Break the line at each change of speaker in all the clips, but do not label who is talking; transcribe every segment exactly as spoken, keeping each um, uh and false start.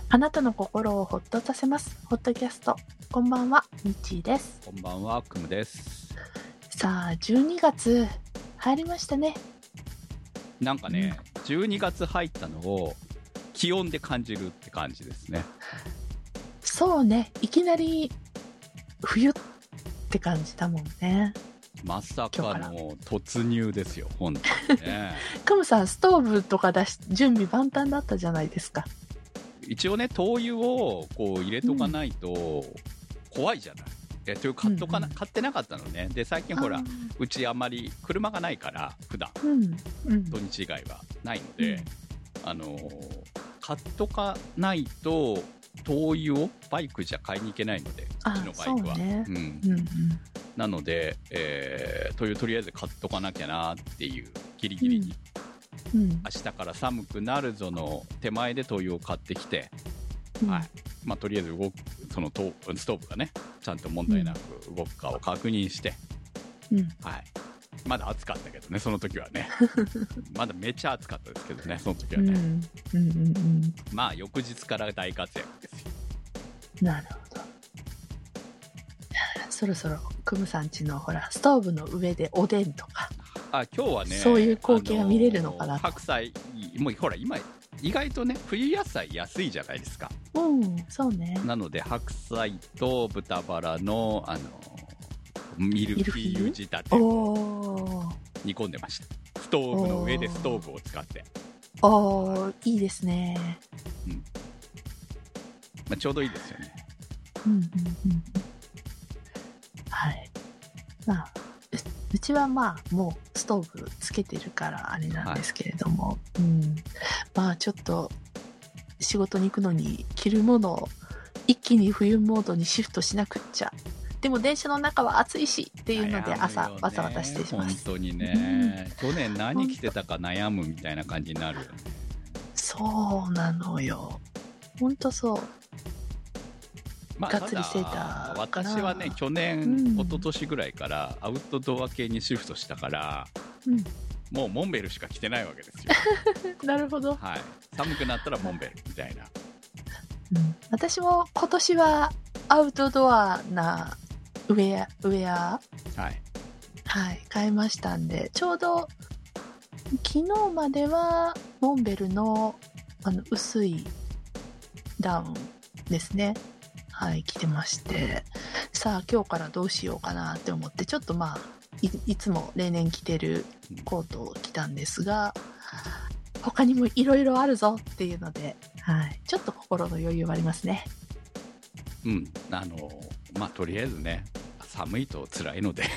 あなたの心をほっとさせますホットキャスト。こんばんは、みちーです。
こんばんは、くむです。
さあじゅうにがつ入りましたね。
なんかね、うん、じゅうにがつ入ったのを気温で感じるって感じですね。
そうね、いきなり冬って感じだもんね。
まさかの突入ですよ、本当にね。
クムさん、ストーブとか出し準備万端だったじゃないですか。
一応ね、灯油をこう入れとかないと怖いじゃない。えという買っとかな、うんうん、買ってなかったのね。で最近ほら、うちあんまり車がないから普段、うんうん、土日以外はないので、うん、あのー、買っとかないと灯油をバイクじゃ買いに行けないので、うちのバイクは、ね、うんうんうん、なので、えー、灯油とりあえず買っとかなきゃなっていうギリギリに、うんうん、明日から寒くなるぞの手前で灯油を買ってきて、うん、はい、まあ、とりあえず動くそのストーブがねちゃんと問題なく動くかを確認して、うんはい、まだ暑かったけどねその時はねまだめっちゃ暑かったですけどねその時はね、うんうんうんうん、まあ翌日から大活躍ですよ。
なるほど。そろそろクムさん家のほらストーブの上でおでんとか、
あ今日はね
そういう光景が見れるのかなと。
白菜もうほら今意外とね冬野菜安いじゃないですか。
うんそうね。
なので白菜と豚バラのあのミルフィーユ仕立てを煮込んでました。ストーブの上でストーブを使って。
おーいいですね。
うんまあ、ちょうどいいですよね。
うんうんうんはいまあうちはまあもうストーブつけてるからあれなんですけれども、はいうん、まあちょっと仕事に行くのに着るものを一気に冬モードにシフトしなくっちゃ。でも電車の中は暑いしっていうので朝わざわざしてします。
本当にね、うん、去年何着てたか悩むみたいな感じになるよね。
そうなのよ。本当そう。
まあ、
がっつりセーター
私はね去年、うん、一昨年ぐらいからアウトドア系にシフトしたから、うん、もうモンベルしか着てないわけですよ。
なるほど、
はい、寒くなったらモンベルみたいな、
うん、私も今年はアウトドアなウェアウェアはい、はい、買いましたんでちょうど昨日まではモンベルのあの薄いダウンですねはい、着てまして、さあ今日からどうしようかなって思ってちょっとまあ い, いつも例年着てるコートを着たんですが、他にもいろいろあるぞっていうので、はい、ちょっと心の余裕はありますね。
うんあのまあとりあえずね寒いと辛いので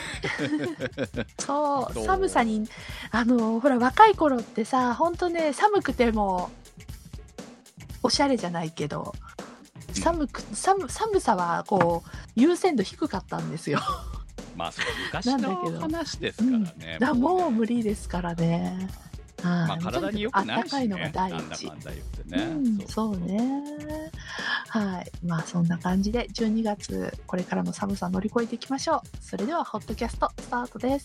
そう寒さにあのほら若い頃ってさ本当ね寒くてもおしゃれじゃないけど寒く 寒, 寒さはこう優先度低かったんですよ。
まあそれ昔の話ですからね。
うん、もうねもう無理ですからね。
まあ体に良くないしね。
暖かいのが第一。
なんだかんだ言ってね。
うん、そうね。はい。まあそんな感じでじゅうにがつこれからの寒さ乗り越えていきましょう。それではホットキャストスタートです。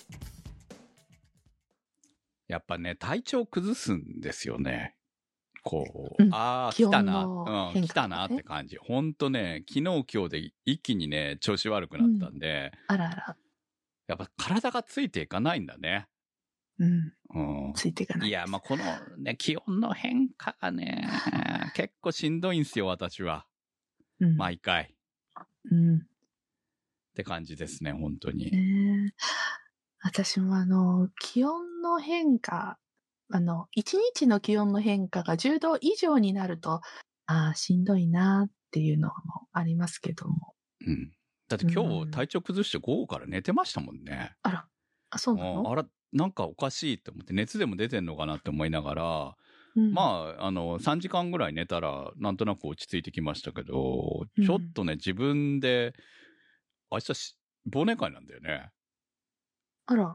やっぱね体調崩すんですよね。こう、うん、ああ、来たな、うん、来たなって感じ。ほんとね、昨日今日で一気にね、調子悪くなったんで、
うん、あらあら。
やっぱ体がついていかないんだね。
うん。うん、ついていかない。
いや、まあ、このね、気温の変化がね、結構しんどいんすよ、私は。うん、毎回。うん。って感じですね、本当に。
ね、私もあの、気温の変化、あの、一日の気温の変化がじゅうど以上になると、ああ、しんどいなっていうのもありますけども。
うん。だって今日体調崩して午後から寝てましたもんね。
あら、あ、そうなの？
あら、なんかおかしいって思って、熱でも出てんのかなって思いながら、うん、まあ、あの、さんじかんぐらい寝たら、なんとなく落ち着いてきましたけど、うん、ちょっとね、自分で、明日し、忘年会なんだよね。
あら。
はい、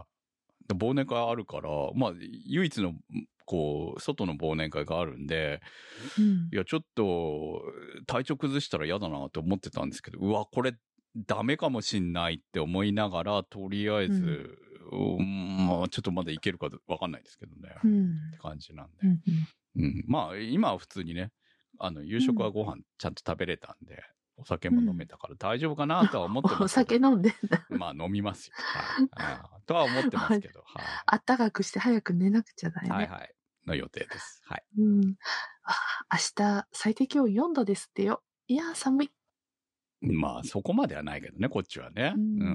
あ、忘年会あるから、まあ、唯一の、こう、外の忘年会があるんで、うん、いや、ちょっと、体調崩したら嫌だなって思ってたんですけど、うわ、これ、ダメかもしんないって思いながら、とりあえず、うん、まあ、ちょっとまだいけるかわかんないですけどね、うん、って感じなんで、うんうん、うん、まあ、今は普通にね、 あの、夕食はご飯ちゃんと食べれたんで、うん、お酒も飲めたから大丈夫かなとは思ってますけど、うん、
お酒飲んで
まあ飲みますよ。はい。とは思ってますけど、はい。
あったかくして早く寝なくちゃだよね。
はいはい。の予定です。はい。
うん。あ、明日最低気温よんどですってよ。いやー寒い。
まあそこまではないけどね、こっちはね。うん、うん、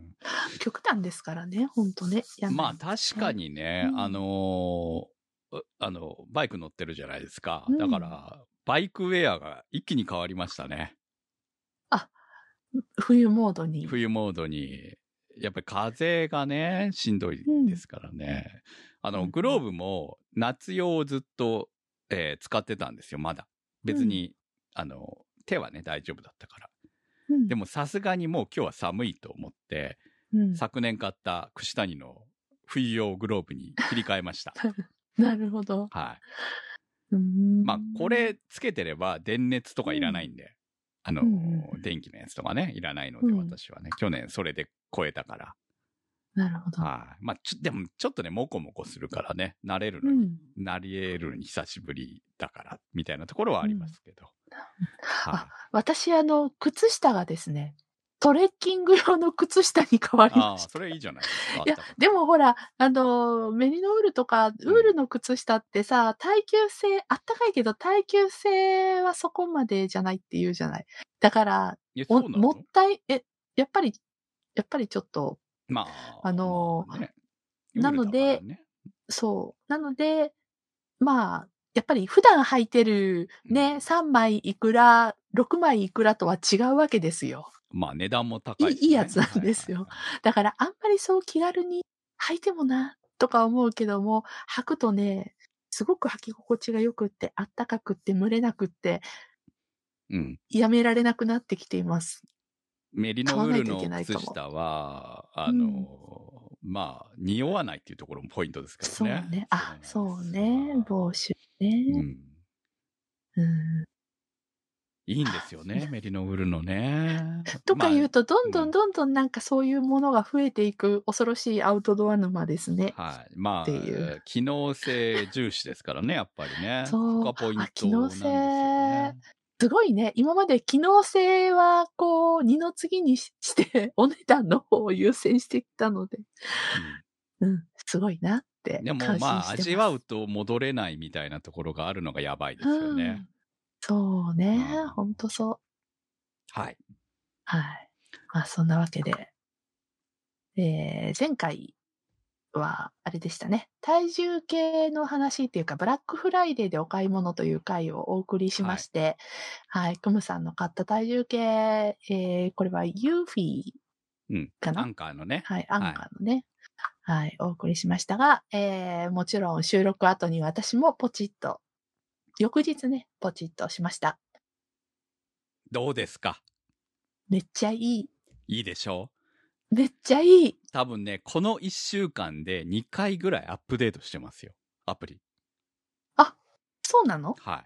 極端ですからね、ほんとね。
ねまあ確かにね、うん、あのー、あの、バイク乗ってるじゃないですか。うん、だから、バイクウェアが一気に変わりましたね。
あ、冬モードに。
冬モードに。やっぱり風がね、しんどいですからね。うん、あの、グローブも夏用をずっと、えー、使ってたんですよ、まだ。別に、うん、あの、手はね、大丈夫だったから。うん、でもさすがにもう今日は寒いと思って、うん、昨年買った串谷の冬用グローブに切り替えました。
なるほど。
はい。うんまあ、これつけてれば電熱とかいらないんで、うん、あの、うん、電気のやつとかね、いらないので、私はね、うん、去年それで超えたから。
なるほど。
はい。まあ、ちょ、でもちょっとね、モコモコするからね、慣れるのに、うん、慣れるのに久しぶりだから、みたいなところはありますけど。
うんはい、あ私、あの、靴下がですね、トレッキング用の靴下に変わりました。ああ、
それいいじゃないですか。
いや、でもほら、あの、メリノウールとか、ウールの靴下ってさ、うん、耐久性、あったかいけど耐久性はそこまでじゃないって言うじゃない。だから、もったい、え、やっぱり、やっぱりちょっと、
まあ、
あの、
まあね、
なので、
ね、
そう。なので、まあ、やっぱり普段履いてるね、うん、さんまいいくら、ろくまいいくらとは違うわけですよ。
まあ値段も高いですね。
いい、いいやつなんですよ。はいはいはい、だからあんまりそう気軽に履いてもな、とか思うけども、履くとね、すごく履き心地が良くって、あったかくって、蒸れなくって、
うん。
やめられなくなってきています。
メリノウールの靴下は、あの、うん、まあ、匂わないっていうところもポイントですからね。
そうね。あ、そうね。帽子ね。うん。
うんいいんですよね、メリノウールのね。
とか言うと、どんどんどんどんなんかそういうものが増えていく恐ろしいアウトドア沼ですね。
はい。まあ、
っていう
機能性重視ですからね、やっぱりね。
そう。
そこがポイントなんですよね。
すごいね。今まで機能性は、こう、二の次にして、お値段の方を優先してきたので。うん。うん、すごいなって
でもまあ、味わうと戻れないみたいなところがあるのがやばいですよね。うん、
そうね。うん、ほんとそう。
はい。
はい。まあ、そんなわけで。えー、前回は、あれでしたね。体重計の話っていうか、ブラックフライデーでお買い物という回をお送りしまして、はい、はい、クムさんの買った体重計、えー、これはユーフィーかな、
うん、アンカーのね。
はい、アンカーのね。はい、はい、お送りしましたが、えー、もちろん収録後に私もポチッと、翌日ね、ポチッとしました。
どうですか？
めっちゃいい。
いいでしょ
う？めっちゃいい。
多分ね、このいっしゅうかんでにかいぐらいアップデートしてますよ。アプリ。
あ、そうなの？
はい。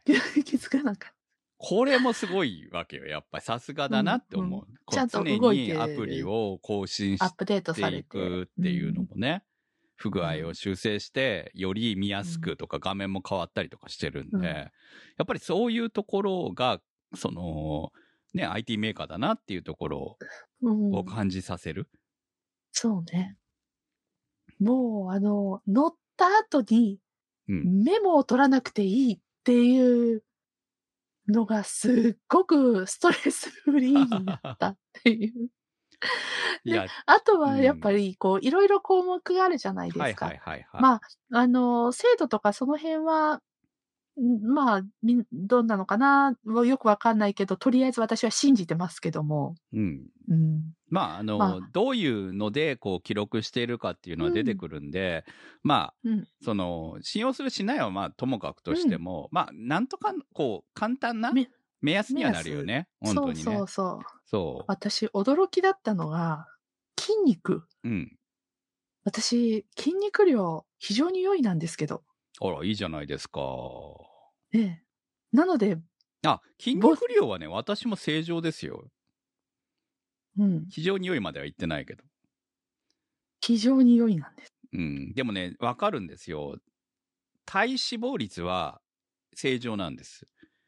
気づかなかった。
これもすごいわけよ。やっぱりさすがだなって思う。うんうん、
ちゃんと動いて
常にアプリを更新していくっていうのもね、不具合を修正して、より見やすくとか画面も変わったりとかしてるんで、うん、やっぱりそういうところが、その、ね、アイティー メーカーだなっていうところを感じさせる。うん、
そうね。もう、あの、乗った後に、メモを取らなくていいっていうのがすっごくストレスフリーになったっていう。いや、あとはやっぱり、こう、いろいろ項目があるじゃないですか。はいはいはいはい、まあ、あの、精度とかその辺は、まあ、どんなのかなよくわかんないけど、とりあえず私は信じてますけども。
うん。うん、まあ、あの、まあ、どういうので、こう、記録しているかっていうのは出てくるんで、うん、まあ、うん、その、信用するしないは、まあ、ともかくとしても、うん、まあ、なんとか、こう、簡単な目安にはなるよね。本当にね。
そうそうそう。
そう。
私、驚きだったのが、筋肉。うん。私、筋肉量、非常に良いなんですけど。
あら、いいじゃないですか。
ええ。なので、
あ、筋肉量はね、私も正常ですよ。うん。非常に良いまでは言ってないけど。
非常に良いなんです。
うん。でもね、わかるんですよ。体脂肪率は正常なんです。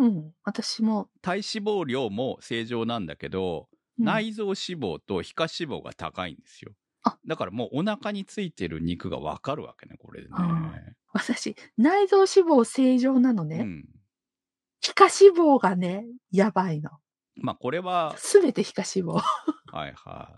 うん、私も。
体脂肪量も正常なんだけど、うん、内臓脂肪と皮下脂肪が高いんですよ。だからもうお腹についてる肉がわかるわけね、これね。
私、内臓脂肪正常なのね。うん、皮下脂肪がね、やばいの。
まあこれは。
すべて皮下脂肪。
はいはい。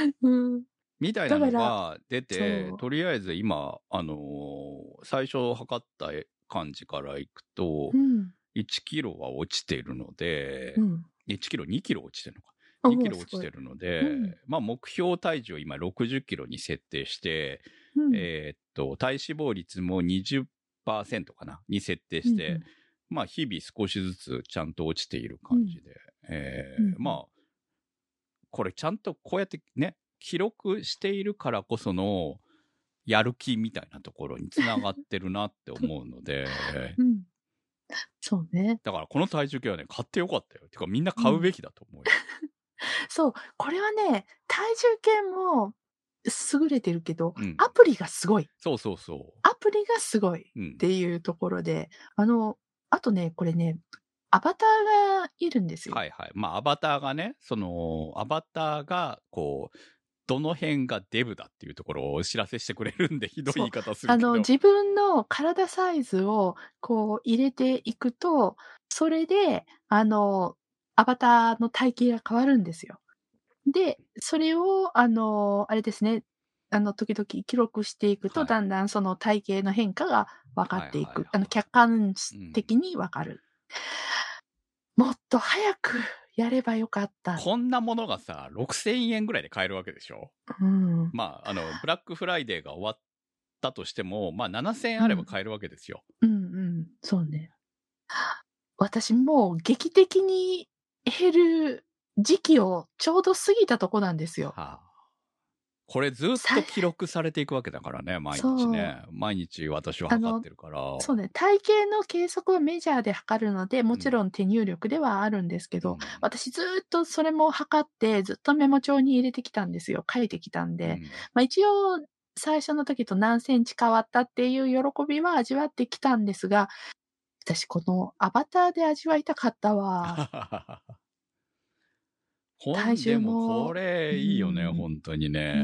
うん。
みたいなのが出て、とりあえず今、あのー、最初測った感じからいくと、うん、いちキロは落ちているので、うん、いちキロ、にキロ落ちてるのか。にキロ落ちてるので、うん、まあ目標体重を今ろくじゅっキロに設定して、うん、えー、っと、体脂肪率も にじゅっパーセント かなに設定して、うんうん、まあ日々少しずつちゃんと落ちている感じで、うん、えーうん、まあ、これちゃんとこうやってね、記録しているからこそのやる気みたいなところにつながってるなって思うので、
うん、そうね。
だからこの体重計はね、買ってよかったよ。てかみんな買うべきだと思うよ。
うん、そう、これはね、体重計も優れてるけど、うん、アプリがすごい。
そうそうそう。
アプリがすごいっていうところで、うん、あの、あとね、これね、アバターがいるんですよ。
はいはい。まあ、アバターがね、その、アバターが、こう、どの辺がデブだっていうところをお知らせしてくれるんで、ひどい言い方するけど。
あの、自分の体サイズを、こう、入れていくと、それで、あの、アバターの体型が変わるんですよ。で、それを、あの、あれですね、あの、時々記録していくと、はい、だんだんその体型の変化が分かっていく。はいはいはい、あの、客観的に分かる。うん、もっと早くやればよかった。
こんなものがさ、ろくせんえんぐらいで買えるわけでしょ。
うん、
まあ、あの、ブラックフライデーが終わったとしても、まあ、ななせんえんあれば買えるわけですよ。
うん、うん、うん、そうね。私もう劇的に減る時期をちょうど過ぎたとこなんですよ。
はあ、これずっと記録されていくわけだからね、毎日ね。毎日私は測ってるから。
そうね、体型の計測はメジャーで測るので、もちろん手入力ではあるんですけど、うん、私ずっとそれも測って、ずっとメモ帳に入れてきたんですよ。書いてきたんで。うん、まあ一応、最初の時と何センチ変わったっていう喜びは味わってきたんですが、私このアバターで味わいたかったわ。
体重も。でもこれいいよね、うん、本当にね、うん。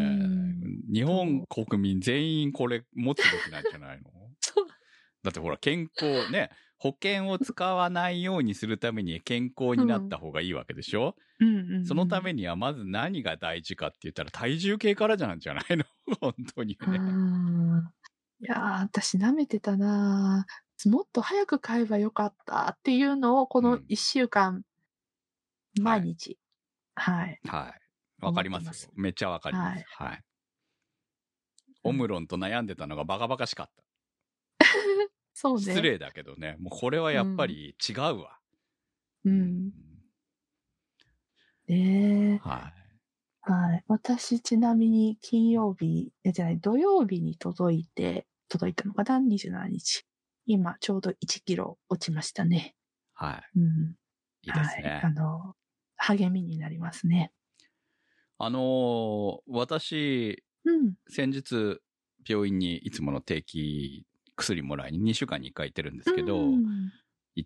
日本国民全員これ持つべきなんじゃないの？だってほら健康ね、保険を使わないようにするために健康になった方がいいわけでしょ？うんうんうん、そのためにはまず何が大事かって言ったら体重計からじゃなんじゃないの？本当にね。
うんいやー、私舐めてたなー。もっと早く買えばよかったっていうのをこのいっしゅうかん、うん、毎日。はい。
はい。わ、はい、かりますよ。めっちゃわかります。はい。はい、オムロンと悩んでたのがバカバカしかった。
そうね。
失礼だけどね。もうこれはやっぱり違うわ。
うん。うん、ねえ。はい。はい。私、ちなみに金曜日、え、じゃない、土曜日に届いて、届いたのかな ?にじゅうしちにち。今、ちょうどいちキロ落ちましたね。
はい。
うん。
いいですね。はい、
あの、励みになりますね。
あのー、私、うん、先日、病院にいつもの定期薬もらいににしゅうかんにいっかい行ってるんですけど、うん、行って、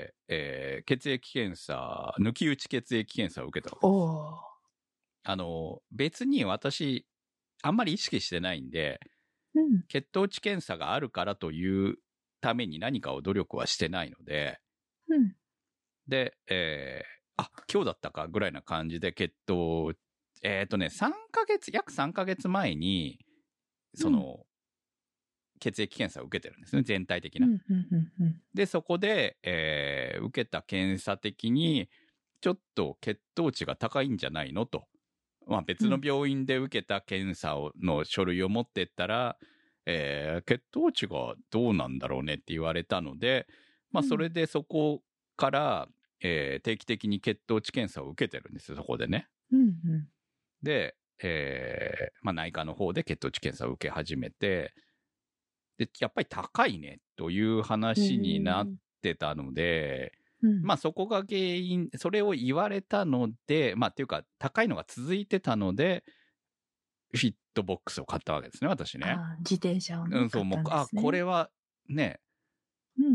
えー、血液検査、抜き打ち血液検査を受けたわけです。おあの、別に私、あんまり意識してないんで、うん、血糖値検査があるからというために何かを努力はしてないので、うん、で、えー、あ、今日だったかぐらいな感じで血糖、えっとね、さんかげつ、約さんかげつまえに、その、うん、血液検査を受けてるんですね、全体的な。で、そこで、えー、受けた検査的に、ちょっと血糖値が高いんじゃないのと。まあ別の病院で受けた検査をの書類を持ってったら、えー、血糖値がどうなんだろうねって言われたので、まあそれでそこから、えー、定期的に血糖値検査を受けてるんですよ、そこでね。うんうん、で、えー、まあ内科の方で血糖値検査を受け始めて、で、やっぱり高いねという話になってたので、うん、まあそこが原因、それを言われたので、まあっていうか高いのが続いてたので、フィットボックスを買ったわけですね、私ね。
あ、自転車をね、うん、そう、もう、
あ、これはね、
うん、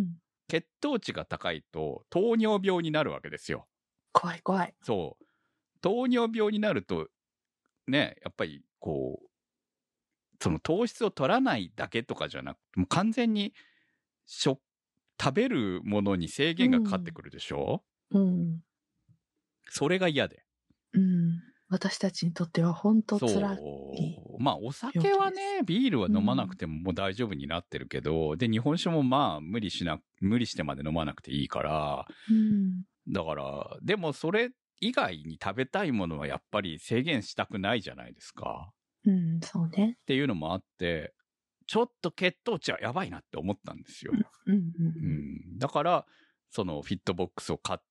血糖値が高いと糖尿病になるわけですよ。
怖い怖い。
そう。糖尿病になると、ね、やっぱりこう、その糖質を取らないだけとかじゃなくて、もう完全に食、食べるものに制限がかかってくるでしょ？うん。うん、それが嫌で。
うん。私たちにとっては本当辛い。そう。
まあお酒はね、ビールは飲まなくてももう大丈夫になってるけど、うん、で、日本酒もまあ無理しな、無理してまで飲まなくていいから、うん、だから、でもそれ以外に食べたいものはやっぱり制限したくないじゃないですか。
うん、そうね。
っていうのもあって、ちょっと血糖値はやばいなって思ったんですよ。うんうんうん、だから、そのフィットボックスを買って、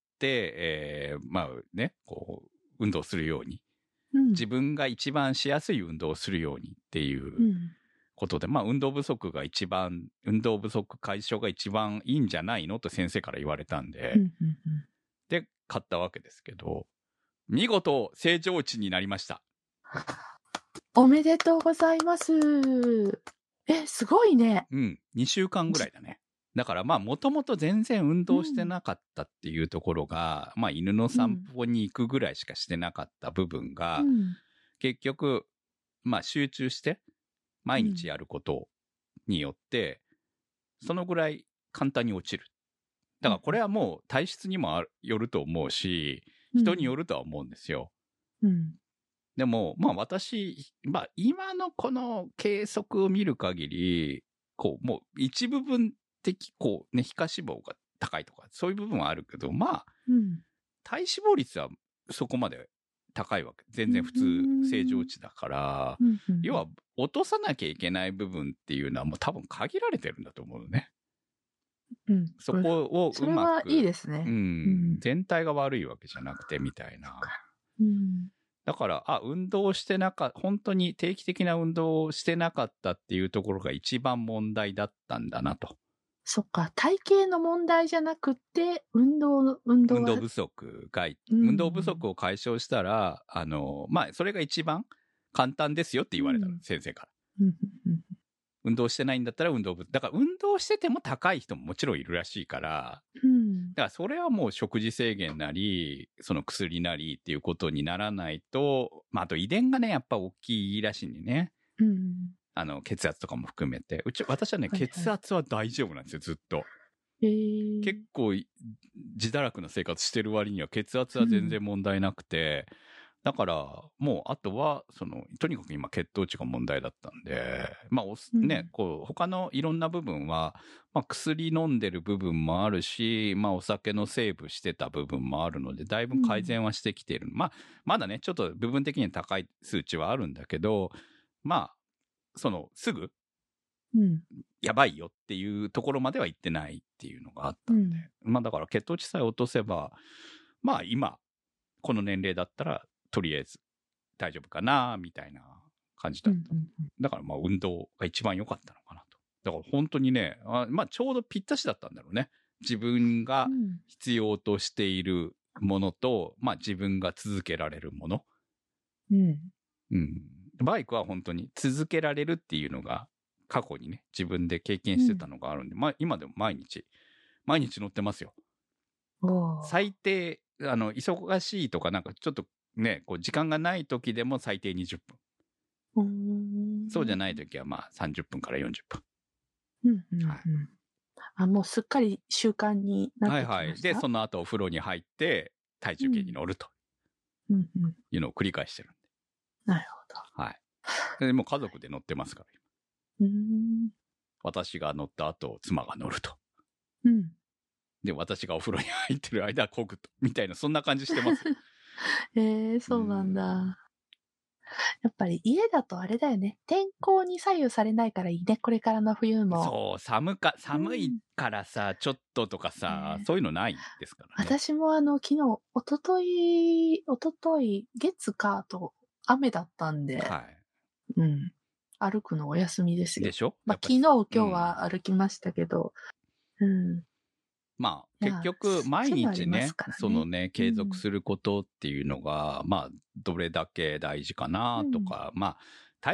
えー、まあね、こう、運動するように。うん、自分が一番しやすい運動をするようにっていうことで、うん、まあ運動不足が一番、運動不足解消が一番いいんじゃないのと先生から言われたんで、うんうんうん、で、買ったわけですけど、見事正常値になりました。
おめでとうございます。え、すごいね。
うん、にしゅうかんぐらいだね。だからまあもともと全然運動してなかったっていうところが、うん、まあ犬の散歩に行くぐらいしかしてなかった部分が、うん、結局まあ集中して毎日やることによって、うん、そのぐらい簡単に落ちる。だからこれはもう体質にもよると思うし、人によるとは思うんですよ。うん、でもまあ私、まあ今のこの計測を見る限り、こうもう一部分的、こうね、皮下脂肪が高いとか、そういう部分はあるけど、まあ、うん、体脂肪率はそこまで高いわけ。全然普通、正常値だから、うんうん、要は落とさなきゃいけない部分っていうのはもう多分限られてるんだと思うのね。うん、そこをうまく。それ
はいいですね。
うん。うん、全体が悪いわけじゃなくて、みたいな。うん、だから、あ、運動してなかった、本当に定期的な運動をしてなかったっていうところが一番問題だったんだなと。
そっか、体型の問題じゃなくて、運動、運動
運動不足が、うん、運動不足を解消したら、あの、まあ、それが一番簡単ですよって言われたの、うん、先生から。運動してないんだったら運動不足。だから運動してても高い人ももちろんいるらしいから、うん、だからそれはもう食事制限なり、その薬なりっていうことにならないと、まあ、あと遺伝がね、やっぱ大きいらしいんでね。うんあの、血圧とかも含めて。うち、私はね、はいはい、血圧は大丈夫なんですよ、ずっと。へー結構、自堕落な生活してる割には血圧は全然問題なくて、うん、だから、もう、あとは、その、とにかく今、血糖値が問題だったんで、まあ、おね、うん、こう、他のいろんな部分は、まあ、薬飲んでる部分もあるし、まあ、お酒のセーブしてた部分もあるので、だいぶ改善はしてきている。うん、まあ、まだね、ちょっと部分的に高い数値はあるんだけど、まあ、その、すぐ、うん、やばいよっていうところまでは行ってないっていうのがあったんで。うん、まあだから血糖値さえ落とせば、まあ今、この年齢だったら、とりあえず大丈夫かな、みたいな感じだった。うんうんうん、だからまあ運動が一番良かったのかなと。だから本当にね、あまあちょうどぴったしだったんだろうね。自分が必要としているものと、まあ自分が続けられるもの。うん。うんバイクは本当に続けられるっていうのが過去にね、自分で経験してたのがあるんで、うん、まあ今でも毎日、毎日乗ってますよ。最低、あの、忙しいとかなんかちょっとね、こう時間がない時でも最低にじゅっぷん。そうじゃない時はまあさんじゅっぷんからよんじゅっぷん。うんうんうん、はい。
あ、もうすっかり習慣になってきました。はいはい。
で、その後お風呂に入って体重計に乗ると。うんうん、いうのを繰り返してるんで。
なるほど。
はい。でもう家族で乗ってますから。うーん私が乗った後、妻が乗ると。うん。で、私がお風呂に入ってる間、こぐと。みたいな、そんな感じしてます。
へえー、そうなんだ。やっぱり家だとあれだよね。天候に左右されないからいいね。これからの冬も。
そう、寒か、寒いからさ、うん、ちょっととかさ、ね、そういうのないですからね。
私もあの、昨日、おととい、おととい、月火と雨だったんで。はい。うん。歩くのお休みですよ。
でしょ
まあ、昨日、今日は歩きましたけど。うん。うん、
まあ、結局、毎日ね、ねそのね、継続することっていうのが、うん、まあ、どれだけ大事かなとか、うん、まあ、大した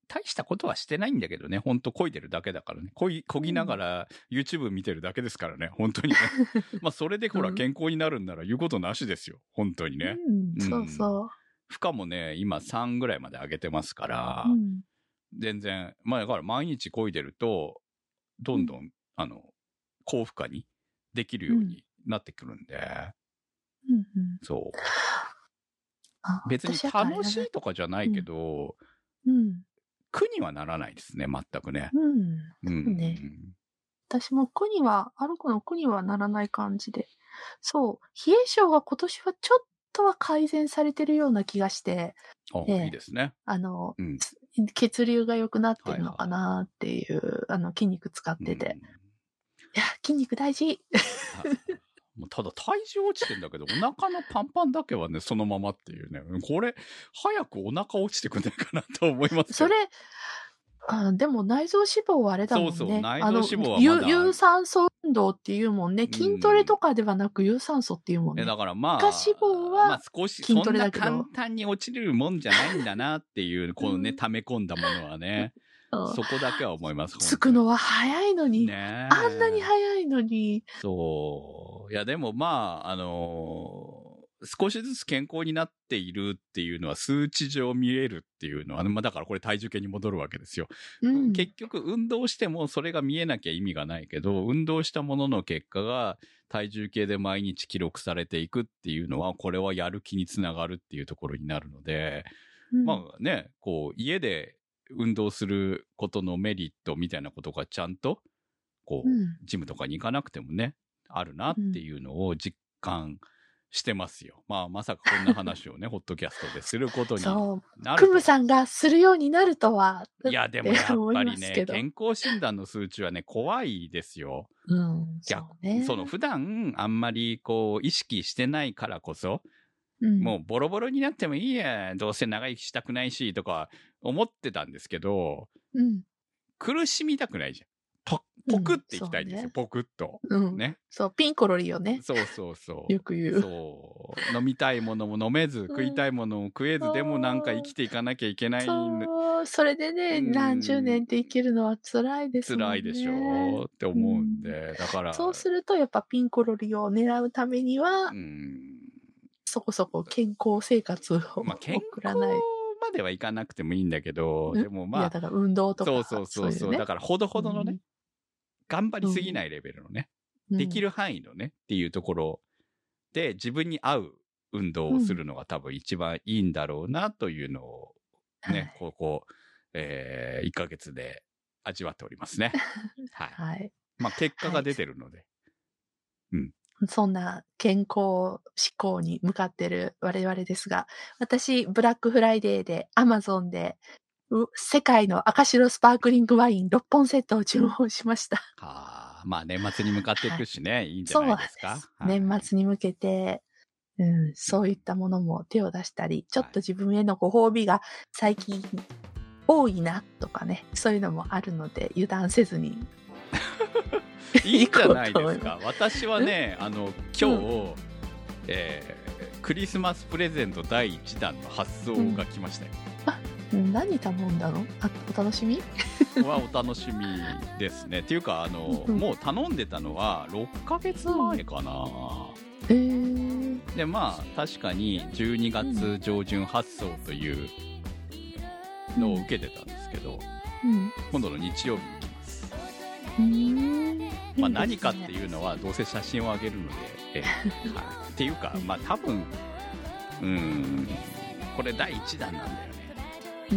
大したことはしてないんだけどね、ほんと漕いでるだけだからね。漕ぎ、漕ぎながら YouTube 見てるだけですからね、本当にね。まあ、それでほら、健康になるんなら言うことなしですよ、本当にね。
うん、そうそう。
負荷もね、今さんぐらいまで上げてますから、うん、全然、まあ、だから毎日漕いでると、どんどん、うん、あの、高負荷にできるようになってくるんで、
うんうん、
そう。別に楽しいとかじゃないけど、
うん、
苦にはならないですね、全くね。
うん。うん、ね。私も苦には、歩くの苦にはならない感じで。そう。冷え性が今年はちょっとは改善されてるような気がして。
あ、えー、いいですね。
あの、うん、血流が良くなってるのかなっていう、はいはい、あの、筋肉使ってて。うん、いや、筋肉大事。
もうただ体重落ちてんだけど、お腹のパンパンだけはね、そのままっていうね。これ、早くお腹落ちてくんないかなと思いますけど。
それ、あでも内臓脂肪はあれだもんね。
そうそう、内臓脂肪はまだ。
有酸素運動っていうもんね。筋トレとかではなく有酸素っていうもんね。
だからまあ、
脂肪は、まあ
少し、そんな簡単に落ちるもんじゃないんだなっていう、このね、溜め込んだものはね。そこだけは思います。
つくのは早いのに。ね、あんなに早いのに。
そう。いや、でもまあ、あのー、少しずつ健康になっているっていうのは数値上見えるっていうのは、まあだからこれ体重計に戻るわけですよ。うん、結局運動してもそれが見えなきゃ意味がないけど、運動したものの結果が体重計で毎日記録されていくっていうのは、これはやる気につながるっていうところになるので、うん、まあね、こう家で運動することのメリットみたいなことがちゃんと、こう、うん、ジムとかに行かなくてもね、あるなっていうのを実感してますよ。うん、まあ、まさかこんな話をね、ホットキャストですることになると。そう。
クムさんがするようになるとは。
いや、でもやっぱりね、健康診断の数値はね、怖いですよ。
うん。そうね。
その普段あんまりこう、意識してないからこそ、うん、もうボロボロになってもいいや、どうせ長生きしたくないし、とか思ってたんですけど、うん、苦しみたくないじゃん。ポ, ポクっていきたいんですよ、うんね、ポクッと、
うん。ね。そう、ピンコロリよね。
そうそうそう。
よく言う。
そう。飲みたいものも飲めず、うん、食いたいものも食えず、でもなんか生きていかなきゃいけない。
そう。それでね、うん、何十年って生きるのは辛いですもんね。
辛いでしょって思うんで、うん、だから。
そうすると、やっぱピンコロリを狙うためには、うんそこそこ健康生活を送らない。まあ、健康
まではいかなくてもいいんだけど、でもまあ。いや、
だから運動とか。
そうそうそうそう。ううね、だからほどほどのね、うん、頑張りすぎないレベルのね、うん、できる範囲のね、っていうところで自分に合う運動をするのが多分一番いいんだろうなというのをね、うん、ここ、えー、いっかげつで味わっておりますね。はい。はい、まあ結果が出てるので。はい、うん。
そんな健康志向に向かってる我々ですが、私、ブラックフライデーで Amazon で、世界の赤白スパークリングワインろっぽんセットを注文しました。
はあ、まあ年末に向かっていくしね、はい、いいんじゃないですか。
そうです。はい、年末に向けて、うん、そういったものも手を出したり、ちょっと自分へのご褒美が最近多いなとかね、そういうのもあるので、油断せずに。
いいんじゃないですか。私はね、あの、今日、うん、えー、クリスマスプレゼントだいいちだんの発送が来ましたよ。
うん、あ、何頼んだの？あ、お楽しみ
はお楽しみですね。っていうか、あの、うん、もう頼んでたのはろっかげつまえかな。
うん、えー、
で、まあ、確かにじゅうにがつ上旬発送というのを受けてたんですけど、うん、今度の日曜日に来ます。うーん、まあ、何かっていうのはどうせ写真をあげるので、えーはい、っていうか、まあ多分、うーん、これだいいちだんなんだよね。うん、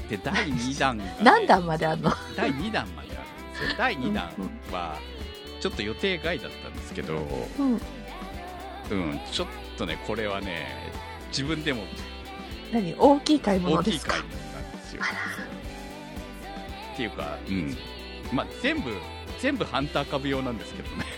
で、だいにだんが、ね、
何段まであるの？
だいにだんまであるんですよ。だいにだんはちょっと予定外だったんですけど、うん、うん、ちょっとね、これはね、自分でも
何、大きい買い物ですか？
大きい買い物なんですよ。っていうか、うん。まあ、全部、全部ハンター株用なんですけどね。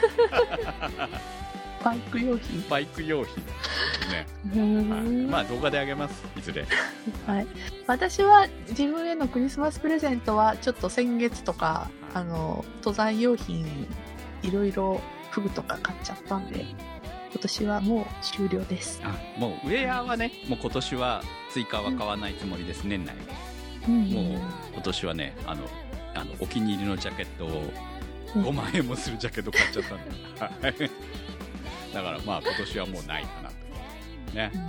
バイク用品
バイク用品ですね。はい、まあ、動画であげます、いずれ。
はい。私は自分へのクリスマスプレゼントは、ちょっと先月とか、あの、登山用品、いろいろフグとか買っちゃったんで、今年はもう終了です。
あ、もうウェアはね、もう今年は追加は買わないつもりです、うん、年内。 うん、もう今年はねあのあのお気に入りのジャケットをごまんえんもするジャケット買っちゃったんでだからまあ今年はもうないかなとね、うん、はい、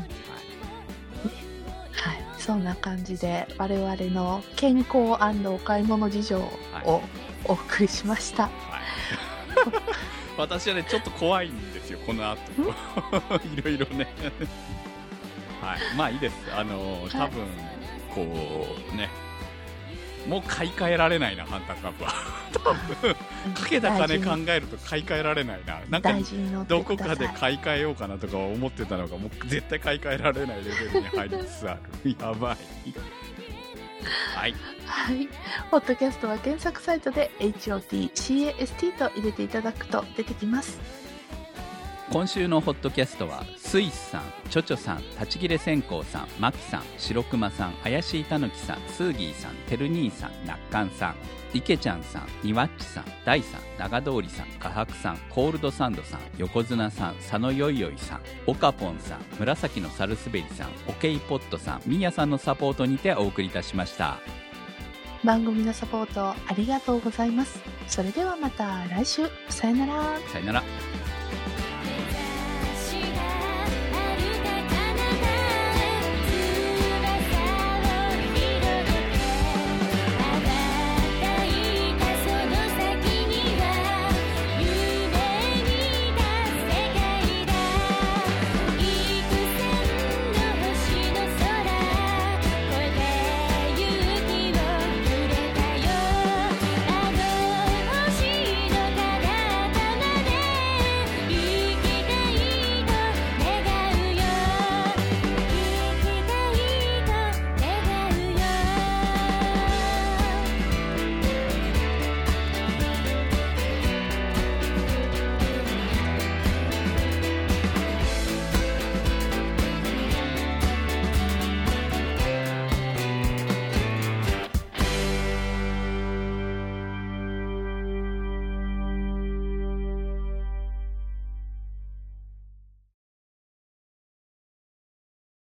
はい、そんな感じで我々の健康&お買い物事情をお送りしました、はい
はい、私はねちょっと怖いんですよこの後いろいろねはい、まあいいですあの多分こうねもう買い替えられないなハンターカップは多分かけた金考えると買い替えられないななんかどこかで買い替えようかなとか思ってたのがもう絶対買い替えられないレベルに入りつつあるやばいはい、
はい、ポッドキャストは検索サイトで エイチオーティーシーエーエスティー と入れていただくと出てきます。
今週のホットキャストはスイスさん、チョチョさん、立ち切れ線香さん、マキさん、白熊さん、怪しいたぬきさん、スーギーさん、てる兄さん、なっかんさん、いけちゃんさん、にわっちさん、ダイさん、長通りさん、かはくさん、コールドサンドさん、横綱さん、佐野よいよいさん、おかぽんさん、紫のサルスベリさん、オケイポットさん、みやさんのサポートにてお送りいたしました。
番組のサポートありがとうございます。それではまた来週。さよなら。
さよなら。